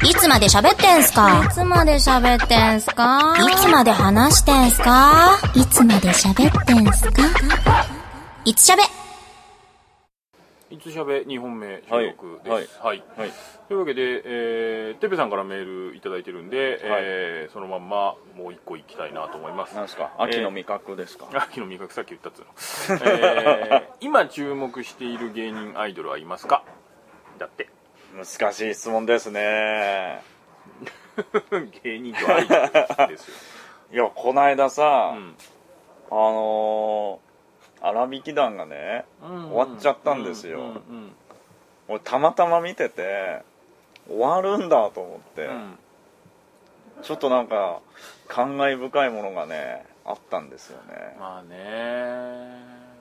いつまで喋ってんすか？ いつまで喋ってんすか？ いつまで話してんすか？ いつまで喋ってんすか？ いつ喋いつしゃべ2本目収録です。はい。というわけで、てっぺさんからメールいただいてるんで、そのまんまもう一個いきたいなと思います。 なんですか？秋の味覚ですか？ 秋の味覚、さっき言ったっつうの。今注目している芸人アイドルはいますか？だって。 難しい質問ですね。 芸人とアイドルですよ。 いや、こないださ、荒引き団がね、終わっちゃったんですよ。俺たまたま見てて終わるんだと思って、ちょっとなんか感慨深いものがねあったんですよね。 まあね、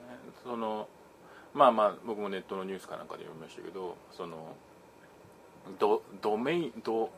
まあ僕もネットのニュースかなんかで読みましたけど、ドメイ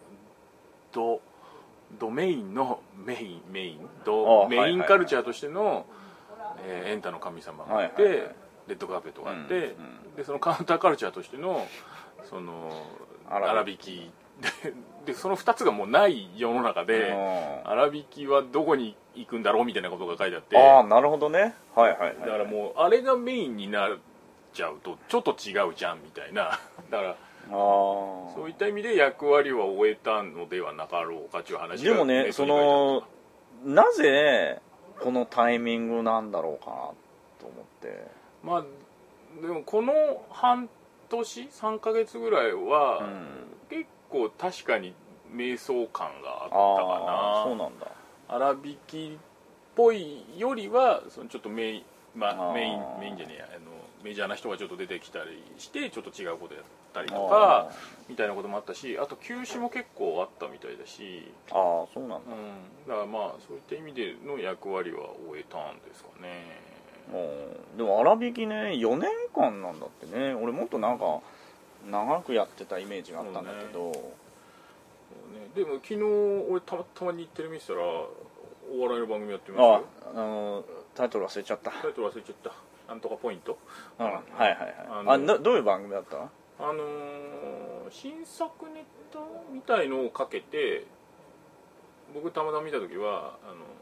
ンのメインカルチャーとしてのエンタの神様があって、レッドカーペットがあって、でそのカウンターカルチャーとしての荒引きでその2つがもうない世の中で、荒引きはどこに行くんだろうみたいなことが書いてあって、 ああなるほどね、だからもうあれがメインになっちゃうとちょっと違うじゃんみたいな、だからそういった意味で役割は終えたのではなかろうかという話が。 でもね、なぜこのタイミングなんだろうかなと思って。 まあでもこの半年3ヶ月ぐらいは、結構確かに迷走感があったかな。 そうなんだ。 荒引きっぽいよりはちょっとメインじゃねえや、メジャーな人がちょっと出てきたりしてちょっと違うことやったりとかみたいなこともあったし、あと休止も結構あったみたいだし。 そうなんだ。 だからまあそういった意味での役割は終えたんですかね。 でも荒引きね4年間なんだってね。俺もっとなんか長くやってたイメージがあったんだけど、 でも昨日俺たまに日テレ見てたらお笑いの番組やってましたよ。 タイトル忘れちゃった。 なんとかポイント。 どういう番組だった？ 新作ネタみたいのをかけて、僕たまたま見た時は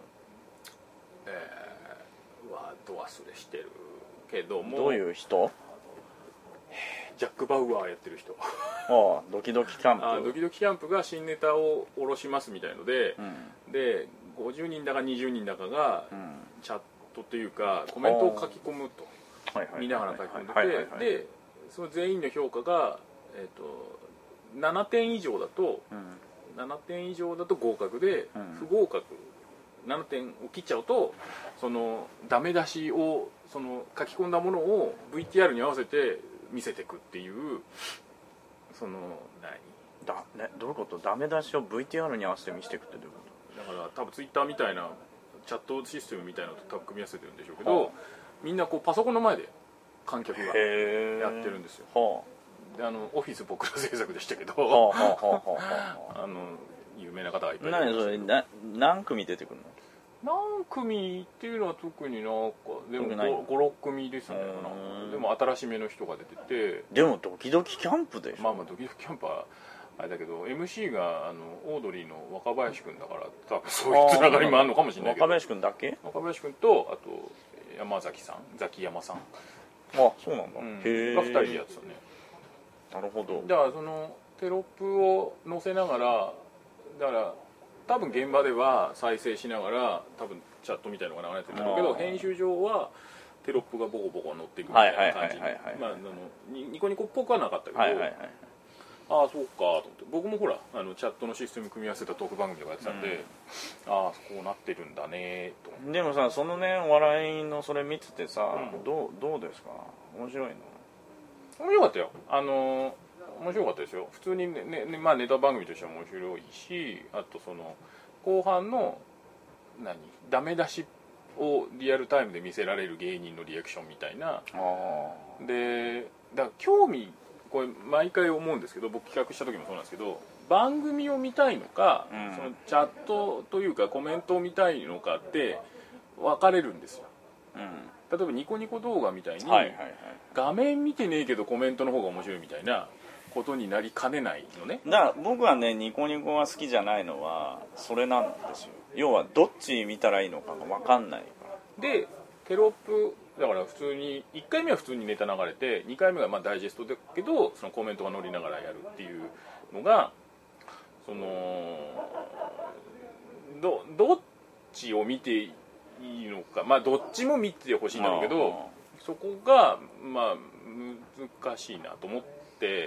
ど忘れしてるけども。 どういう人？ ジャック・バウアーやってる人。 ドキドキキャンプ。 ドキドキキャンプが新ネタを下ろしますみたいので、で50人だか20人だかがチャットというかコメントを書き込むと、見ながら書き込んでて、でその全員の評価が、7点以上だと合格で、不合格7点を切っちゃうとそのダメ出しをその書き込んだものを VTR に合わせて見せていくっていう、 どういうこと？ダメ出しを VTR に合わせて見せていくってどういうこと？だから多分ツイッターみたいなチャットシステムみたいなのと多分組み合わせてるんでしょうけど、みんなこうパソコンの前で観客がやってるんですよ。でオフィス僕ら制作でしたけど有名な方がいっぱいいる。 それ何組出てくるの？ 何組っていうのは特になんかでも 5,6 組ですね。でも新しめの人が出てて。 でもドキドキキャンプでしょ。 まあドキドキキャンプはあれだけど MC がオードリーの若林くんだから多分そういうつながりもあるのかもしれないけど。 若林くんだけ？ 若林くんとあとザキヤマさん。 そうなんだ。 が2人でやってたね。 なるほど。 だからそのテロップを載せながら、だから多分現場では再生しながら多分チャットみたいなのが流れてるんだろうけど、編集上はテロップがボコボコ載っていくみたいな感じに、ニコニコっぽくはなかったけど、そうかと思って、僕もほらチャットのシステム組み合わせたトーク番組とかやってたんで、こうなってるんだねと。 でもさ、そのねお笑いのそれ見ててさ、どうですか？面白いの？ 面白かったよ。面白かったですよ。普通にまあネタ番組としては面白いし、あとその後半のダメ出しをリアルタイムで見せられる芸人のリアクションみたいな。でだから興味、これ毎回思うんですけど、僕企画した時もそうなんですけど、番組を見たいのか、そのチャットというかコメントを見たいのかって分かれるんですよ。例えばニコニコ動画みたいに、画面見てねえけどコメントの方が面白いみたいなことになりかねないのね。 だから僕はねニコニコが好きじゃないのはそれなんですよ。要はどっち見たらいいのかが分かんないから。 でテロップだから普通に1回目は普通にネタ流れて2回目がまあダイジェストだけどそのコメントが乗りながらやるっていうのがそのどっちを見ていいのか、まあどっちも見てほしいんだろうけど、そこがまあ難しいなと思って、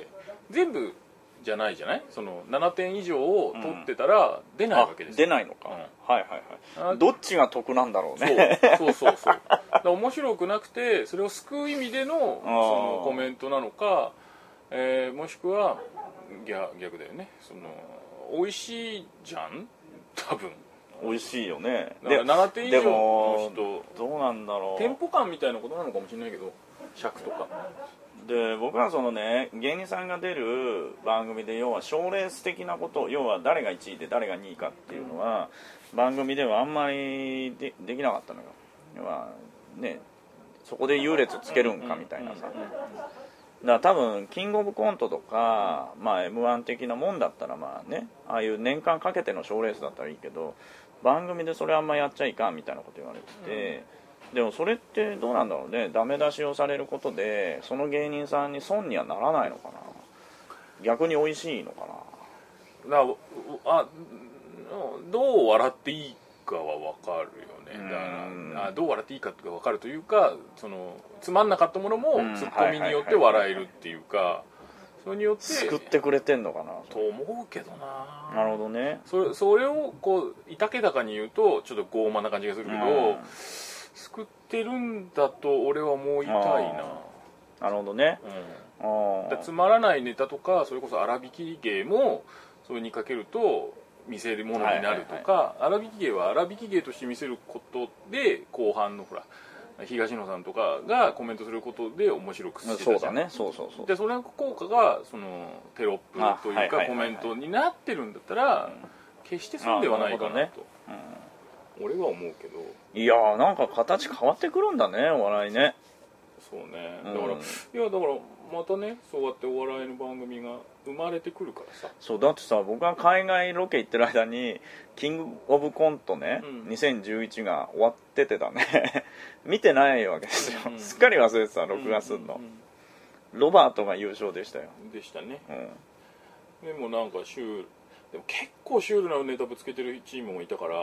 全部じゃないじゃない、その7点以上を取ってたら出ないわけですよ。 出ないのか、はいはいはい。どっちが得なんだろうね。 そうだから面白くなくてそれを救う意味でのそのコメントなのか、もしくは逆だよね、その美味しいじゃん多分美味しいよね。 だから7点以上の人どうなんだろう、 テンポ感みたいなことなのかもしれないけど、尺とかで僕はそのね芸人さんが出る番組で要は賞レース的なこと、要は誰が1位で誰が2位かっていうのは番組ではあんまり できなかったのよ。要はねそこで優劣つけるんかみたいなさ、だから多分キングオブコントとか、まあ、M1 的なもんだったらまあね、ああいう年間かけての賞レースだったらいいけど、番組でそれあんまやっちゃいかんみたいなこと言われてて、でもそれってどうなんだろうね。ダメ出しをされることでその芸人さんに損にはならないのかな、逆に美味しいのかな。 だからどう笑っていいかは分かるよね。だからどう笑っていいかが分かるというか、そのつまんなかったものもツッコミによって笑えるっていうか、それによって救ってくれてんのかなと思うけどな。 なるほどね。 それをこういたけだかに言うとちょっと傲慢な感じがするけど、救ってるんだと俺は思いたいな。 なるほどね、 でつまらないネタとかそれこそ荒引き芸もそれにかけると見せるものになるとか、荒引き芸は荒引き芸として見せることで後半のほら東野さんとかがコメントすることで面白くしてたじゃん。 そうだね、そうでそれの効果がそのテロップというかコメントになってるんだったら決して損ではないかなと俺は思うけど。 いやーなんか形変わってくるんだねお笑いね。 そうね、だからまたねそうやってお笑いの番組が生まれてくるからさ。 そうだってさ、僕が海外ロケ行ってる間にキングオブコントね、2011が終わっててだね見てないわけですよ、すっかり忘れてた。録画するの、ロバートが優勝でしたよ。 でしたね、でもなんかでも結構シュールなネタぶつけてるチームもいたから。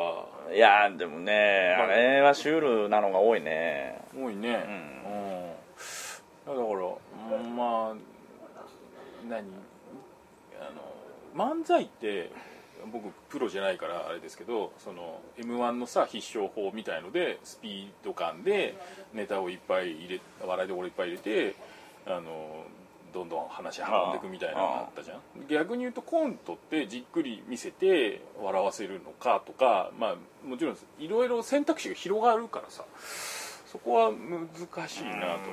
いやでもね、あれはシュールなのが多いね。 多いね、だからまあ漫才って僕プロじゃないからあれですけど、その M1 のさ必勝法みたいのでスピード感でネタをいっぱい笑いどころいっぱい入れてどんどん話運んでいくみたいなのがあったじゃん。逆に言うとコントってじっくり見せて笑わせるのかとか、まあもちろんいろいろ選択肢が広がるからさ、そこは難しいなと思う。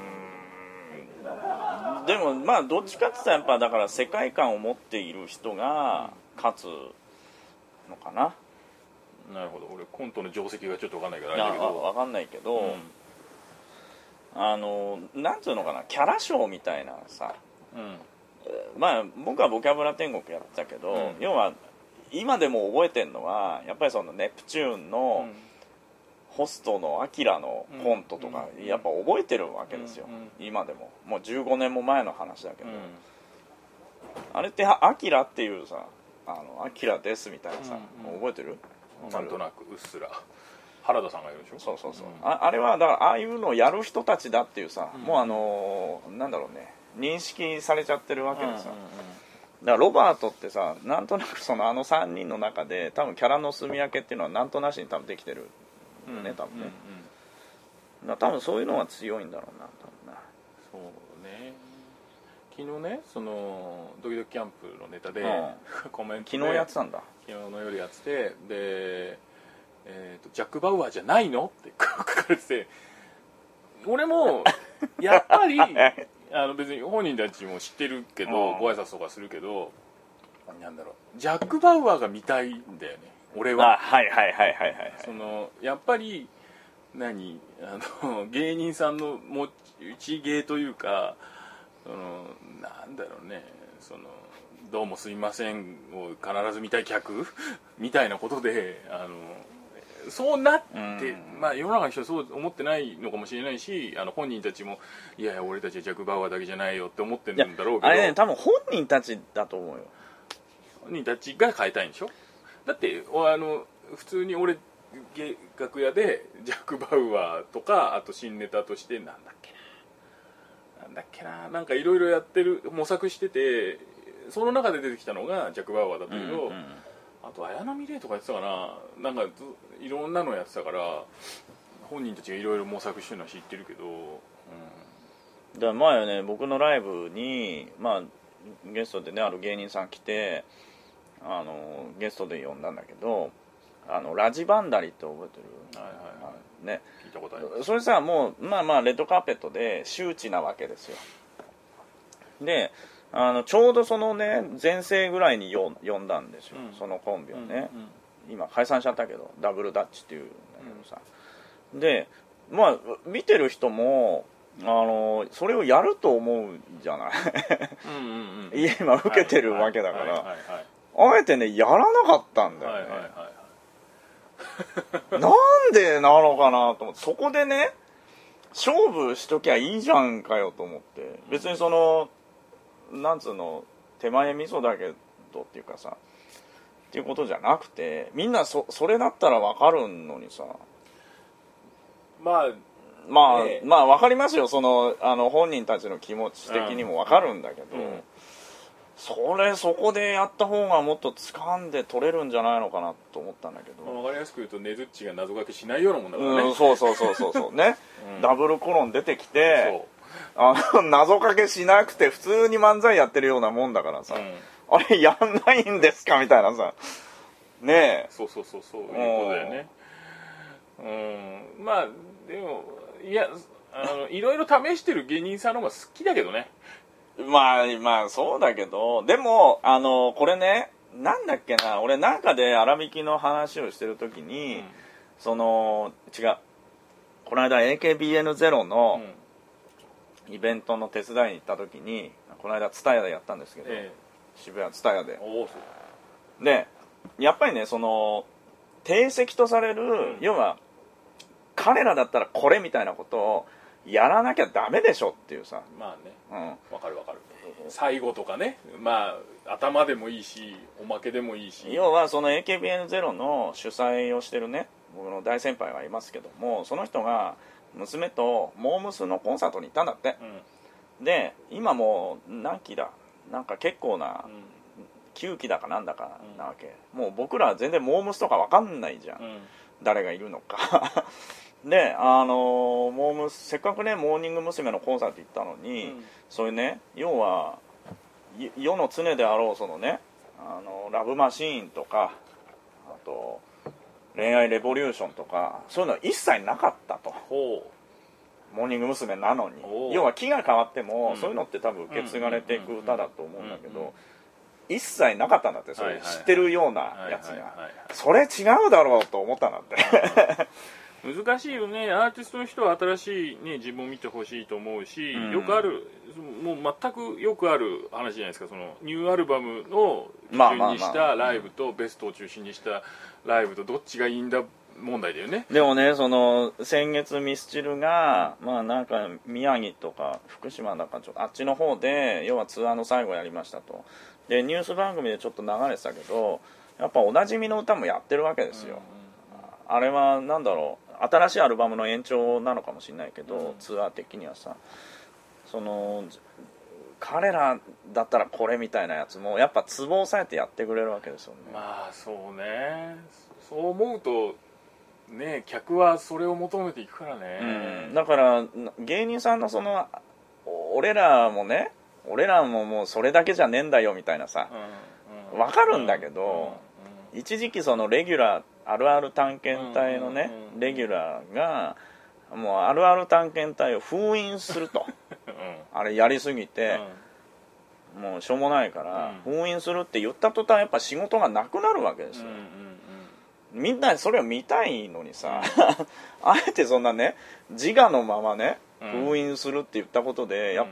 でもまあどっちかって言ったらやっぱだから世界観を持っている人が勝つのかな。 なるほど。俺コントの定石がちょっと分かんないからあれだけど、 分かんないけど、なんつうのかな、キャラショーみたいなさ、まあ僕はボキャブラ天国やってたけど、要は今でも覚えてるのはやっぱりそのネプチューンの、ホストのアキラのコントとかやっぱ覚えてるわけですよ、今でも。もう15年も前の話だけど、あれってアキラっていうさ、アキラですみたいなさ、覚えてる？ なんとなくうっすら原田さんがいるでしょ。 そう、あれはだからああいうのをやる人たちだっていうさ、もうなんだろうね、認識されちゃってるわけでさ、だからロバートってさ、なんとなくその3人の中で多分キャラの住み分けっていうのはなんとなしに多分できてるね、多分ね。だ多分そういうのは強いんだろうな、多分な。 そうね。昨日ね、そのドキドキキャンプのネタで、コメントで昨日やってたんだ。 昨日の夜やってて、で、ジャック・バウアーじゃないのって書かれてて、俺もやっぱり別に本人たちも知ってるけど、ご挨拶とかするけど、なんだろう、ジャック・バウアーが見たいんだよね、俺は。 はいそのやっぱり芸人さんの持ち芸というか、なんだろうね、 どうもすいませんを必ず見たい客みたいなことでそうなって、まあ、世の中の人はそう思ってないのかもしれないし本人たちもいやいや俺たちはジャック・バウアーだけじゃないよって思ってるんだろうけど、 あれね多分本人たちだと思うよ。 本人たちが変えたいんでしょ。だって普通に俺楽屋でジャック・バウアーとかあと新ネタとしてなんだっけななんかいろいろやってる模索しててその中で出てきたのがジャック・バウアーだったけど、あと綾波レイとかやってたかな、なんかいろんなのやってたから本人たちがいろいろ模索してるのは知ってるけど、 だから前はね僕のライブにまあゲストでねある芸人さん来てゲストで呼んだんだけどラジバンダリって覚えてる？ はいはいはい、 ね、 聞いたことある。 それさもうまあまあレッドカーペットで周知なわけですよ。でちょうどそのね前世ぐらいに呼んだんですよ、そのコンビをね、今解散しちゃったけどダブルダッチっていうんだけどさ、でまあ見てる人もそれをやると思うじゃない今受けてるわけだからあえてねやらなかったんだよね、なんでなのかなと思って、そこでね勝負しときゃいいじゃんかよと思って、別にそのなんつうの手前味噌だけどっていうかさっていうことじゃなくて、みんなそれだったら分かるのにさ、まあ分かりますよ、その本人たちの気持ち的にも分かるんだけど、そこでやった方がもっと掴んで取れるんじゃないのかなと思ったんだけど、 分かりやすく言うとねずっちが謎かけしないようなもんだからね、 そうね、ダブルコロン出てきて謎かけしなくて普通に漫才やってるようなもんだからさ、あれやんないんですかみたいなさねえ、 そういうことだよね。まあでもいやいろいろ試してる芸人さんの方が好きだけどね。 まあそうだけど、でもこれねなんだっけな、俺なんかで荒引きの話をしてる時に、その違うこの間 AKBN0 のイベントの手伝いに行った時に、この間TSUTAYAでやったんですけど、渋谷TSUTAYAででやっぱりねその定石とされる、要は彼らだったらこれみたいなことをやらなきゃダメでしょっていうさ、 まあね、わかる最後とかね、まあ頭でもいいしおまけでもいいし、 要はその AKBN0 の主催をしてるね僕の大先輩がいますけども、その人が娘とモームスのコンサートに行ったんだって、で今もう何期だなんか結構な、9期だかなんだかなわけ、もう僕ら全然モームスとか分かんないじゃん、誰がいるのかでモームスせっかくねモーニング娘。のコンサート行ったのに、そういうね要は世の常であろうそのねラブマシーンとかあと恋愛レボリューションとかそういうのは一切なかったと、モーニング娘。なのに、要は気が変わっても、そういうのって多分受け継がれていく歌だと思うんだけど、一切なかったんだって、それ知ってるようなやつが、それ違うだろうと思ったんだって難しいよね。アーティストの人は新しい、ね、自分を見てほしいと思うし、よくあるもう全くよくある話じゃないですか、そのニューアルバムを基準にしたライブとベストを中心にしたライブとどっちがいいんだ問題だよね。 でもねその先月ミスチルがまあなんか宮城とか福島だかあっちの方で要はツアーの最後やりましたと、でニュース番組でちょっと流れてたけどやっぱおなじみの歌もやってるわけですよ、あれはなんだろう新しいアルバムの延長なのかもしれないけど、ツアー的にはさその彼らだったらこれみたいなやつもやっぱツボを押さえてやってくれるわけですよね。 まあそうね、そう思うとね客はそれを求めていくからね、 だから芸人さんのその俺らももうそれだけじゃねえんだよみたいなさ、分かるんだけど、一時期そのレギュラーあるある探検隊のねレギュラーがもうあるある探検隊を封印するとあれやりすぎて、もうしょうもないから封印するって言った途端やっぱ仕事がなくなるわけですよ、みんなそれを見たいのにさあえてそんなね自我のままね封印するって言ったことでやっぱ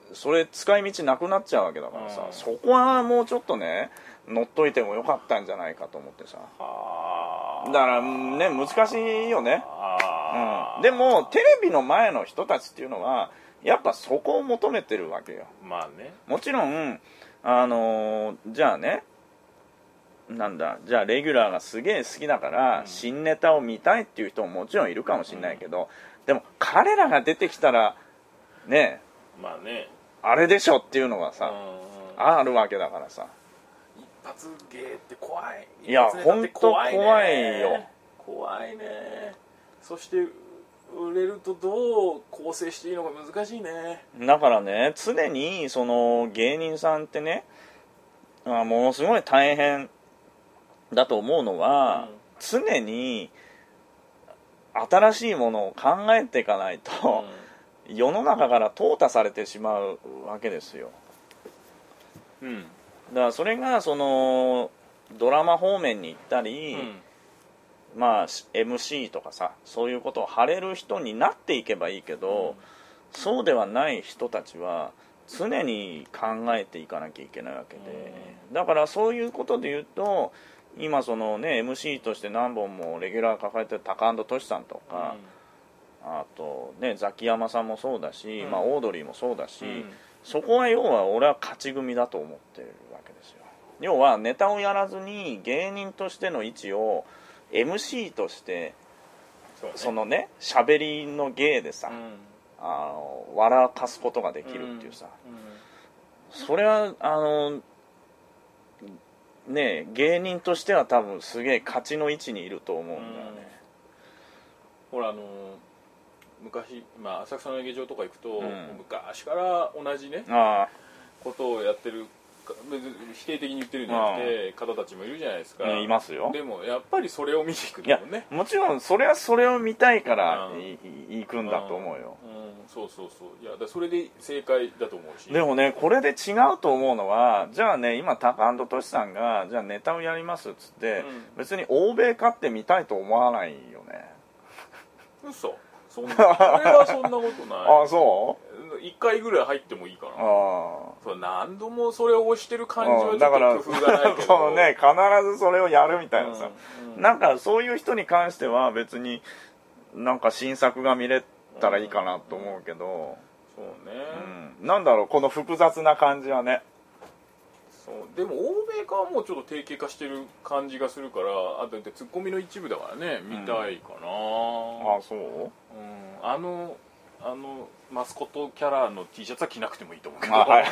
それ使い道なくなっちゃうわけだからさ、そこはもうちょっとね乗っといてもよかったんじゃないかと思ってさ。だからね難しいよね。でもテレビの前の人たちっていうのはやっぱそこを求めてるわけよ。 まあね、 もちろんじゃあね、なんだ、じゃあレギュラーがすげえ好きだから、新ネタを見たいっていう人ももちろんいるかもしれないけど、でも彼らが出てきたらね、 まあね、 あれでしょっていうのがさ、あるわけだからさ。 一発芸って怖い。 いや本当怖いよ。 怖いね。そして売れるとどう構成していいのか難しいね。 だからね、常にその芸人さんってね、ものすごい大変だと思うのは、常に新しいものを考えていかないと、世の中から淘汰されてしまうわけですよ。だからそれがそのドラマ方面に行ったり、まあ MC とかさ、そういうことを張れる人になっていけばいいけど、そうではない人たちは常に考えていかなきゃいけないわけで、だからそういうことで言うと、今そのね MC として何本もレギュラー抱えてるタカアンドトシさんとか、あとねザキヤマさんもそうだし、まあオードリーもそうだし、そこは要は俺は勝ち組だと思ってるわけですよ。要はネタをやらずに芸人としての位置を MC として、そのね喋りの芸でさ、笑かすことができるっていうさ、それはね芸人としては多分すげえ勝ちの位置にいると思うんだよね。 ほら昔、浅草の劇場とか行くと、昔から同じねことをやってる、別に否定的に言ってるんじゃなくて方たちもいるじゃないですか。 いますよ。 でもやっぱりそれを見ていくんだもんね。 もちろんそれはそれを見たいから行くんだと思うよ。 そういやそれで正解だと思うし。 でもねこれで違うと思うのは、じゃあね今タカアンドトシさんがじゃあネタをやりますっつって、別に欧米勝ってみたいと思わないよね。 嘘。それはそんなことない。 あ、そう 1回ぐらい入ってもいいかな。そう何度もそれを押してる感じはちょっと工夫がないけど、 そうね、必ずそれをやるみたいなさ、なんかそういう人に関しては別になんか新作が見れたらいいかなと思うけど、 そうね、 なんだろうこの複雑な感じはね。 そうでも欧米化はもうちょっと定型化してる感じがするから、あとツッコミの一部だからね見たいかな。 あ、そう、 マスコットキャラの T シャツは着なくてもいいと思うけど、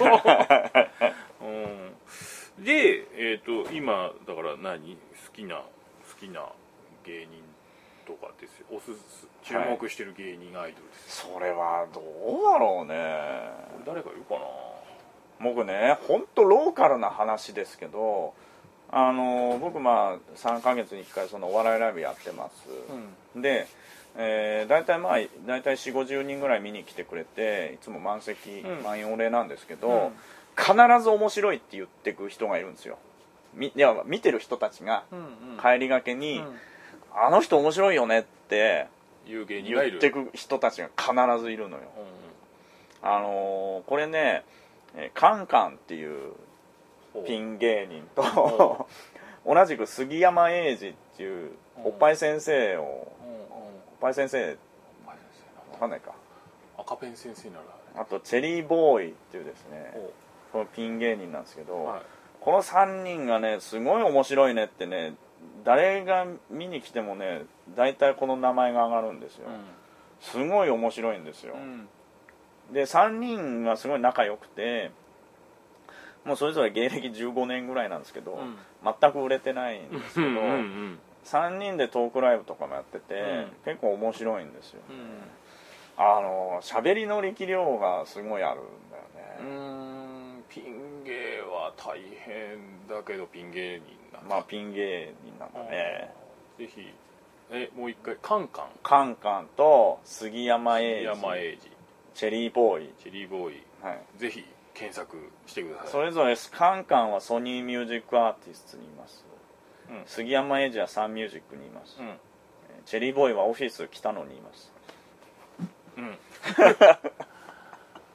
で、今だから好きな芸人とかですよ。注目してる芸人アイドルです、 それはどうだろうね。 誰がいるかな。 僕ねほんとローカルな話ですけど、僕3ヶ月に1回そのお笑いライブやってます、で大体4、50人ぐらい見に来てくれて、いつも満席、満員御礼なんですけど、必ず面白いって言ってく人がいるんですよ。いや見てる人たちが帰りがけに、あの人面白いよねって言ってく人たちが必ずいるのよ。これねカンカンっていうピン芸人と同じく杉山英二っていうおっぱい先生を、おっぱい先生わかんないか、 赤ペン先生なら、 あとチェリーボーイっていうですね、このピン芸人なんですけど、この3人がねすごい面白いねってね、誰が見に来てもね大体この名前が上がるんですよ、すごい面白いんですよ、で3人がすごい仲良くて、もうそれぞれ芸歴15年ぐらいなんですけど、全く売れてないんですけど、3人でトークライブとかもやってて、結構面白いんですよ、喋りの力量がすごいあるんだよね。 ピン芸は大変だけどピン芸人なんだ。 ピン芸人なんだね。 ぜひもう一回カンカンと杉山英二、チェリーボーイ、 ぜひ検索してください。 それぞれカンカンはソニーミュージックアーティストにいます、杉山英二はサンミュージックにいます、チェリーボーイはオフィス北野にいます。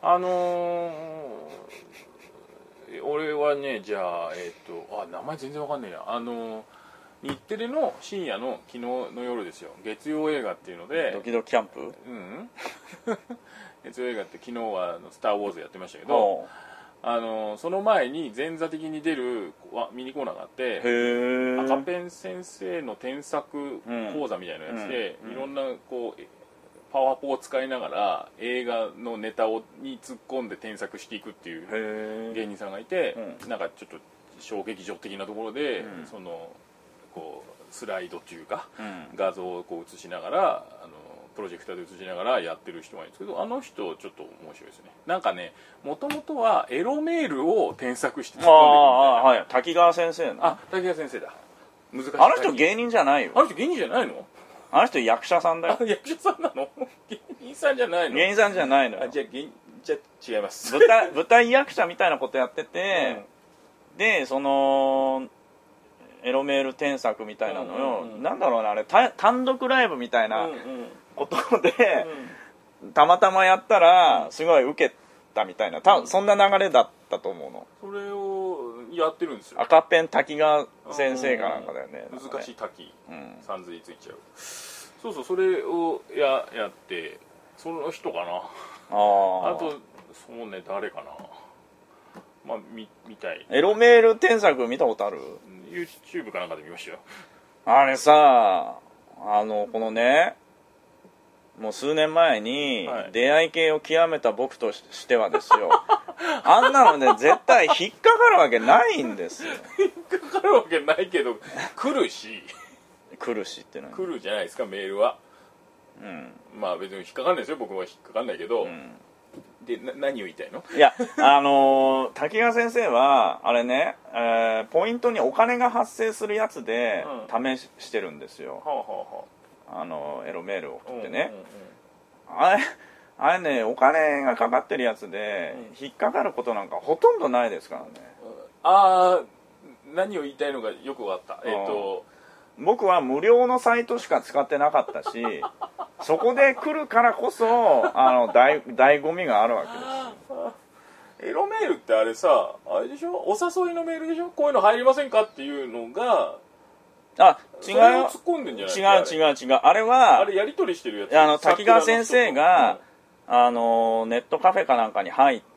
俺はね、じゃあ名前全然わかんねえや。日テレの深夜の昨日の夜ですよ、月曜映画っていうので。 ドキドキキャンプ。 うん月曜映画って昨日はスターウォーズやってましたけど、その前に前座的に出るミニコーナーがあって、赤ペン先生の添削講座みたいなやつで、いろんなこうパワポを使いながら映画のネタに突っ込んで添削していくっていう芸人さんがいて、なんかちょっと小劇場的なところで、そのこうスライドというか、画像をこう映しながらプロジェクターで映しながらやってる人がいるんですけど、あの人ちょっと面白いですね。なんかね、もともとはエロメールを添削して突っ込んでいくみたいな。 はい、滝川先生の。 滝川先生だ。難しい。 あの人芸人じゃないよ。 あの人芸人じゃないの？ あの人役者さんだよ。 役者さんなの？芸人さんじゃないの？ 芸人さんじゃないのよ。 じゃあ違います。 舞台役者みたいなことやってて、でそのエロメール添削みたいなのよ、なんだろうな、あれ単独ライブみたいなことで、たまたまやったらすごいウケたみたいな、多分そんな流れだったと思うの。 それをやってるんですよ。 赤ペン滝川先生かなんかだよね。 難しい滝、さんずいついちゃう。そうそう、それをやってその人かな。あとそうね、誰かな。まあ見たい。 エロメール添削見たことある？ YouTube かなんかで見ましたよ。あれさ、このね、もう数年前に出会い系を極めた僕としてはですよ、あんなのね絶対引っかかるわけないんですよ。 引っかかるわけないけど来るしってのは来るじゃないですか、メールは。まあ別に引っかかんないですよ、僕は引っかかんないけど、で何を言いたいの？いや滝川先生はあれね、ポイントにお金が発生するやつで試してるんですよ、エロメールを送ってね、あれね、お金がかかってるやつで引っかかることなんかほとんどないですからね。 何を言いたいのかよく分かった。 僕は無料のサイトしか使ってなかったしそこで来るからこそ醍醐味があるわけですよ。 エロメールってあれさ、あれでしょ、お誘いのメールでしょ、こういうの入りませんかっていうのが、 違うよ、 突っ込んでんじゃない？ 違う、あれはやり取りしてるやつ。 滝川先生が、ネットカフェかなんかに入って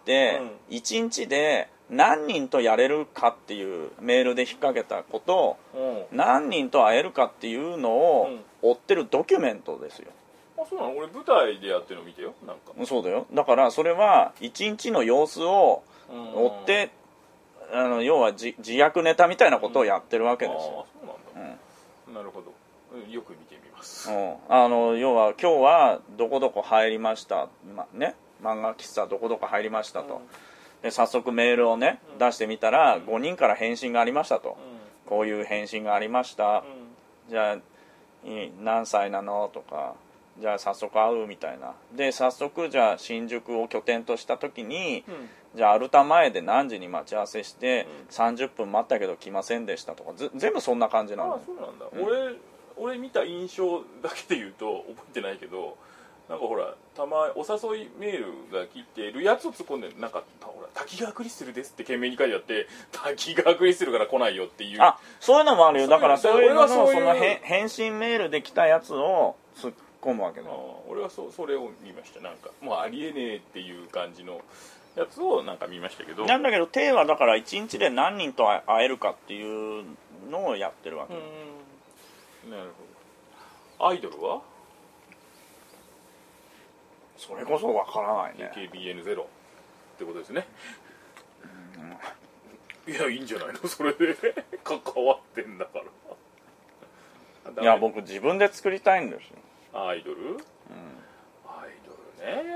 、1日で何人とやれるかっていうメールで引っ掛けたこと、何人と会えるかっていうのを追ってるドキュメントですよ。 そうなの？俺舞台でやってるの見てよ、なんか。 そうだよ。だからそれは一日の様子を追って、要は自虐ネタみたいなことをやってるわけですよ。 そうなんだ。なるほど。よく見てみます。 要は今日はどこどこ入りました、ね、漫画喫茶どこどこ入りましたと。で早速メールをね、出してみたら5人から返信がありましたと、こういう返信がありました、じゃあ何歳なのとか、じゃあ早速会うみたいな。で早速じゃあ新宿を拠点とした時に、じゃあアルタ前で何時に待ち合わせして、30分待ったけど来ませんでしたとか、全部そんな感じなの。 そうなんだ。俺見た印象だけで言うと覚えてないけど、なんかほらたまお誘いメールが来てるやつを突っ込んで、なんかほら滝川クリステルですって懸命に書いてあって、滝川クリステルから来ないよっていう。 そういうのもあるよ。だからそういうののその返信メールで来たやつを突っ込むわけだ。 俺はそれを見ました。なんかもうありえねえっていう感じのやつをなんか見ましたけど。 なんだけどテーはだから1日で何人と会えるかっていうのをやってるわけ。 なるほど。アイドルは？ それこそわからないね。 AKBN0 ってことですね。いや、いいんじゃないの、それで関わってんだから。 いや、僕自分で作りたいんですよ。 アイドル？アイドルね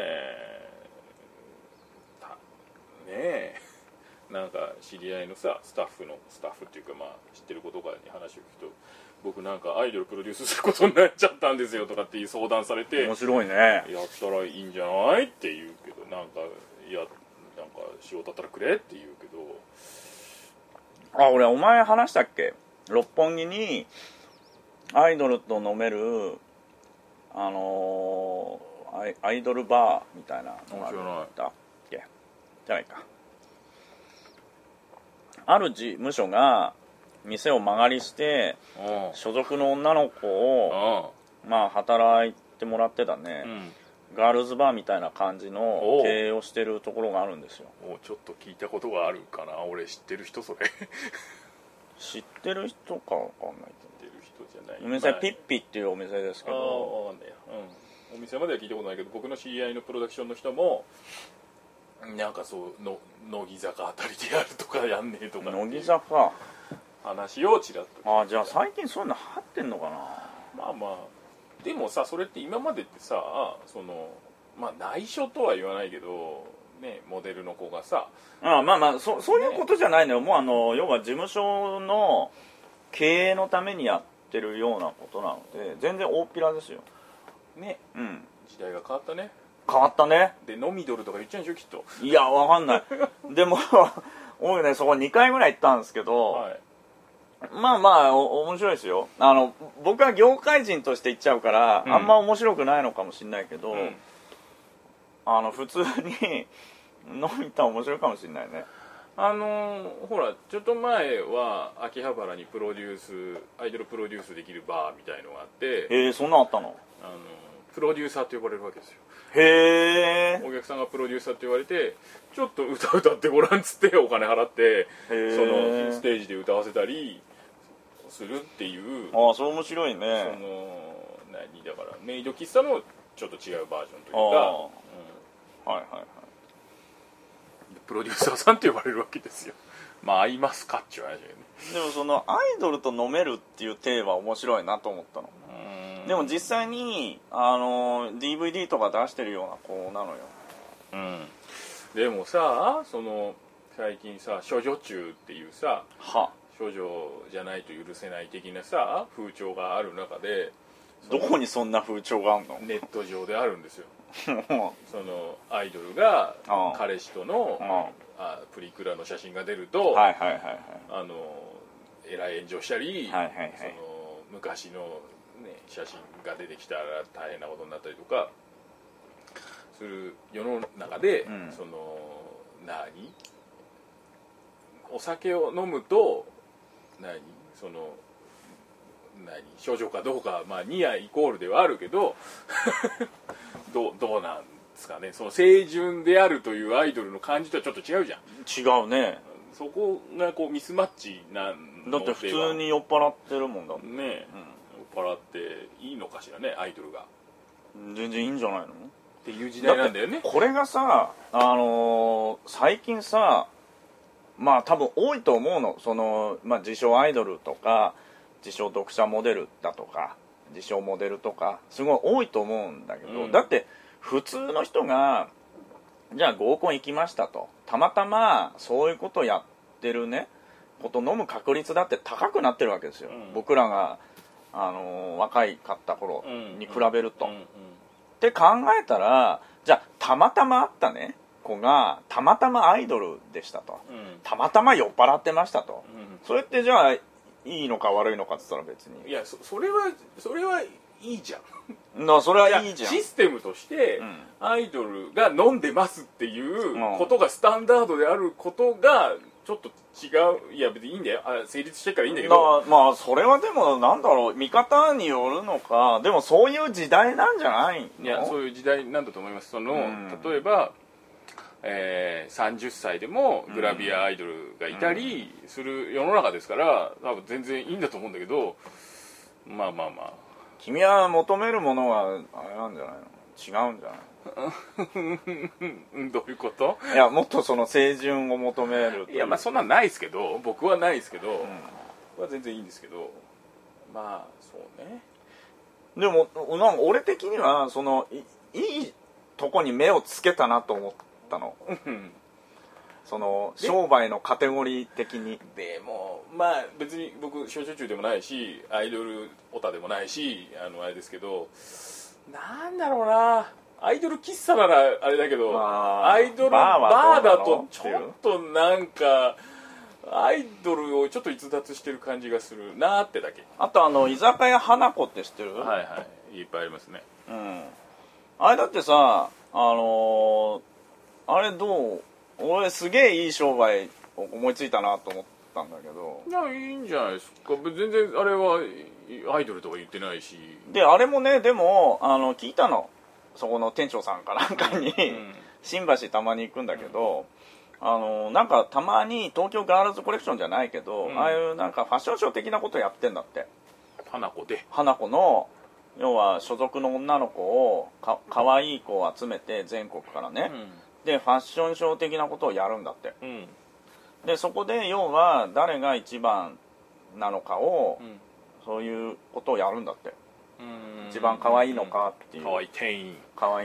え。なんか知り合いのさ、スタッフっていうか、まあ知ってる子とかに話を聞くと、僕なんかアイドルプロデュースすることになっちゃったんですよとかっていう相談されて、 面白いね、 やったらいいんじゃないって言うけど、なんか仕事だったらくれって言うけど。 俺お前話したっけ、六本木にアイドルと飲めるアイドルバーみたいなのがあるんだっけじゃないか。ある事務所が店を間借りして所属の女の子をまあ働いてもらってたね、ガールズバーみたいな感じの経営をしてるところがあるんですよ。 ちょっと聞いたことがあるかな。俺知ってる人それ知ってる人かわかんないけど。知ってる人じゃない。 お店ピッピっていうお店ですけど。 わかんないや。お店までは聞いたことないけど、僕の知り合いのプロダクションの人もなんかそう乃木坂あたりでやるとかやんねえとか乃木坂話をちらっと。 じゃあ最近そういうの流行ってんのかな。 まあまあでもさ、それって今までってさ、まあ内緒とは言わないけどね、モデルの子がさ、 まあまあそういうことじゃないのよ、もう要は事務所の経営のためにやってるようなことなので全然大っぴらですよね。時代が変わったね。 変わったね。 でノミドルとか言っちゃうんでしょきっと。 いやわかんないでも僕ねそこ2回ぐらい行ったんですけど、 はい、 まあ面白いですよ。僕は業界人として行っちゃうから、あんま面白くないのかもしれないけど、普通に飲み行ったら面白いかもしれないね。 ほらちょっと前は秋葉原にアイドルプロデュースできるバーみたいのがあって、 そんなあったの。 プロデューサーと呼ばれるわけですよ。 へえ。 お客さんがプロデューサーって言われて、ちょっと歌ってごらんっつってお金払ってそのステージで歌わせたりするっていう。 それ面白いね。 だからメイド喫茶のちょっと違うバージョンというか、 はいはいはい。 プロデューサーさんって呼ばれるわけですよ。まあ合いますかっちゅう話だよね。 でもそのアイドルと飲めるっていうテーマ面白いなと思ったの。でも実際にDVD とか出してるような子なのよ。 でもさ、最近さ処女中っていうさ、処女じゃないと許せない的なさ風潮がある中で、 どこにそんな風潮があるの？ ネット上であるんですよアイドルが彼氏とのプリクラの写真が出るとえらい炎上したり、昔の、ね、写真が出てきたら大変なことになったりとかする世の中で、お酒を飲むと少女かどうか、まあニアイコールではあるけどどうなんですかね。その清純であるというアイドルの感じとはちょっと違うじゃん。 違うね。 そこがこうミスマッチなのでは。 だって普通に酔っ払ってるもんだもんね。酔っ払っていいのかしらね、アイドルが。 全然いいんじゃないのっていう時代なんだよね。 これがさ最近さ、まあ多分多いと思うの。自称アイドルとか自称読者モデルだとか自称モデルとかすごい多いと思うんだけど、だって普通の人がじゃあ合コン行きましたと、たまたまそういうことやってるねこと飲む確率だって高くなってるわけですよ、僕らが若いかった頃に比べると、って考えたら、じゃあたまたま会ったね子がたまたまアイドルでしたと、たまたま酔っ払ってましたと、それってじゃあいいのか悪いのかって言ったら別に、 いやそれはいいじゃん。 それはいいじゃん。 システムとして、アイドルが飲んでますっていうことがスタンダードであることがちょっと違う。いや別にいいんだよ、成立してるからいいんだけど、 まあそれはでもなんだろう、見方によるのか。でもそういう時代なんじゃないの？ いやそういう時代なんだと思います。例えば30歳でもグラビアアイドルがいたりする世の中ですから、多分全然いいんだと思うんだけど、まあ君は求めるものはあれなんじゃないの？違うんじゃないどういうこと？ いやもっとその清純を求める。 いやまあそんなんないですけど、僕はないですけど、僕は全然いいんですけど、まあそうね。 でもなんか俺的にはいいとこに目をつけたなと思ったの商売のカテゴリー的に。 でもまあ別に僕少女中でもないしアイドルオタでもないしあれですけど、なんだろうな、アイドル喫茶ならあれだけど、アイドルバーだとちょっとなんかアイドルをちょっと逸脱してる感じがするなってだけ。 あと居酒屋花子って知ってる？ はいはい、いっぱいありますね。 あれだってさあれどう俺すげえいい商売を思いついたなと思ったんだけど。 いやいいんじゃないですか。全然あれはアイドルとか言ってないし。 であれもねでも聞いたのそこの店長さんかなんかに、新橋たまに行くんだけど、なんかたまに東京ガールズコレクションじゃないけど、ああいうなんかファッションショー的なことやってんだって。 花子で花子の要は所属の女の子をかわいい子を集めて全国からね、でファッションショー的なことをやるんだって、でそこで要は誰が一番なのかを、そういうことをやるんだって、一番可愛いのかっていう、 可愛い店員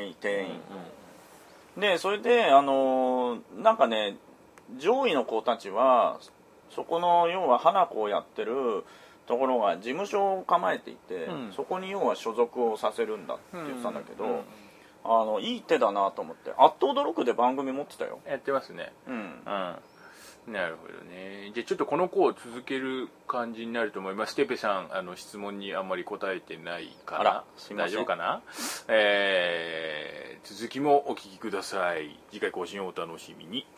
でそれでなんかね上位の子たちはそこの要は花子をやってるところが事務所を構えていて、そこに要は所属をさせるんだって言ってたんだけど、いい手だなと思って。あっと驚くで番組持ってたよ。 やってますね。なるほどね。じゃあちょっとこの子を続ける感じになると思います。テペさん質問にあんまり答えてないかな。大丈夫かな。続きもお聞きください。次回更新をお楽しみに。